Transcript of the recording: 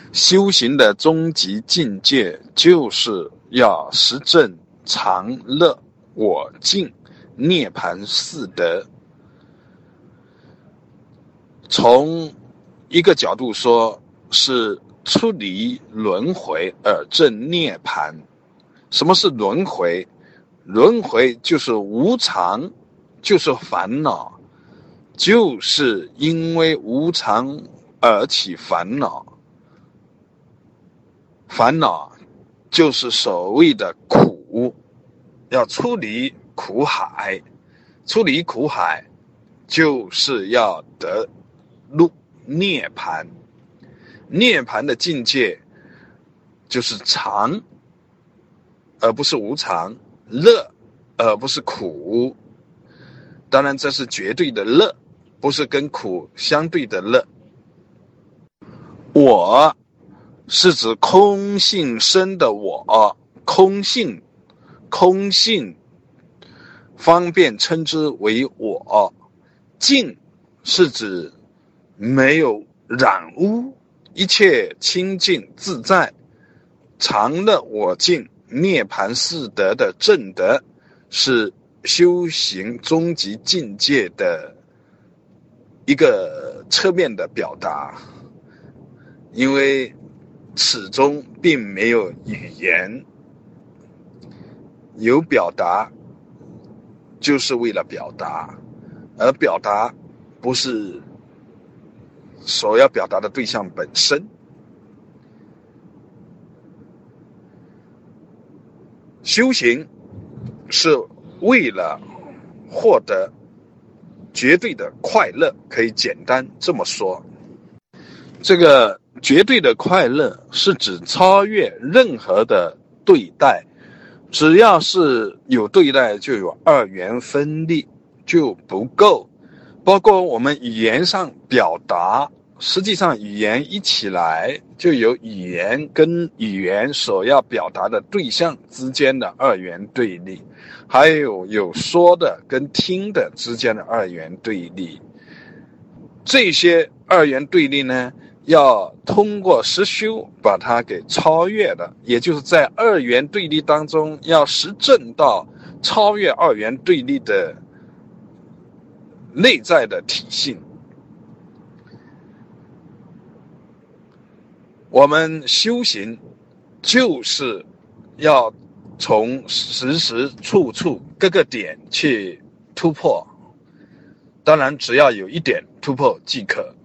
修行的终极境界就是要实证常乐我净涅槃四德。从一个角度说，是出离轮回而证涅槃。什么是轮回？轮回就是无常，就是烦恼，就是因为无常而起烦恼。烦恼就是所谓的苦，要出离苦海。出离苦海就是要得入涅槃。涅槃的境界就是常而不是无常，乐而不是苦。当然这是绝对的乐，不是跟苦相对的乐。我是指空性身的我，空性方便称之为我。净是指没有染污，一切清净自在。常乐我净涅槃四德的正德，是修行终极境界的一个侧面的表达。因为始终并没有语言，有表达就是为了表达，而表达不是所要表达的对象本身。修行是为了获得绝对的快乐，可以简单这么说。这个绝对的快乐是指超越任何的对待，只要是有对待就有二元分立，就不够。包括我们语言上表达，实际上语言一起来就有语言跟语言所要表达的对象之间的二元对立，还有说的跟听的之间的二元对立。这些二元对立呢，要通过实修把它给超越的，也就是在二元对立当中要实证到超越二元对立的内在的体性。我们修行就是要从时时处处各个点去突破，当然只要有一点突破即可。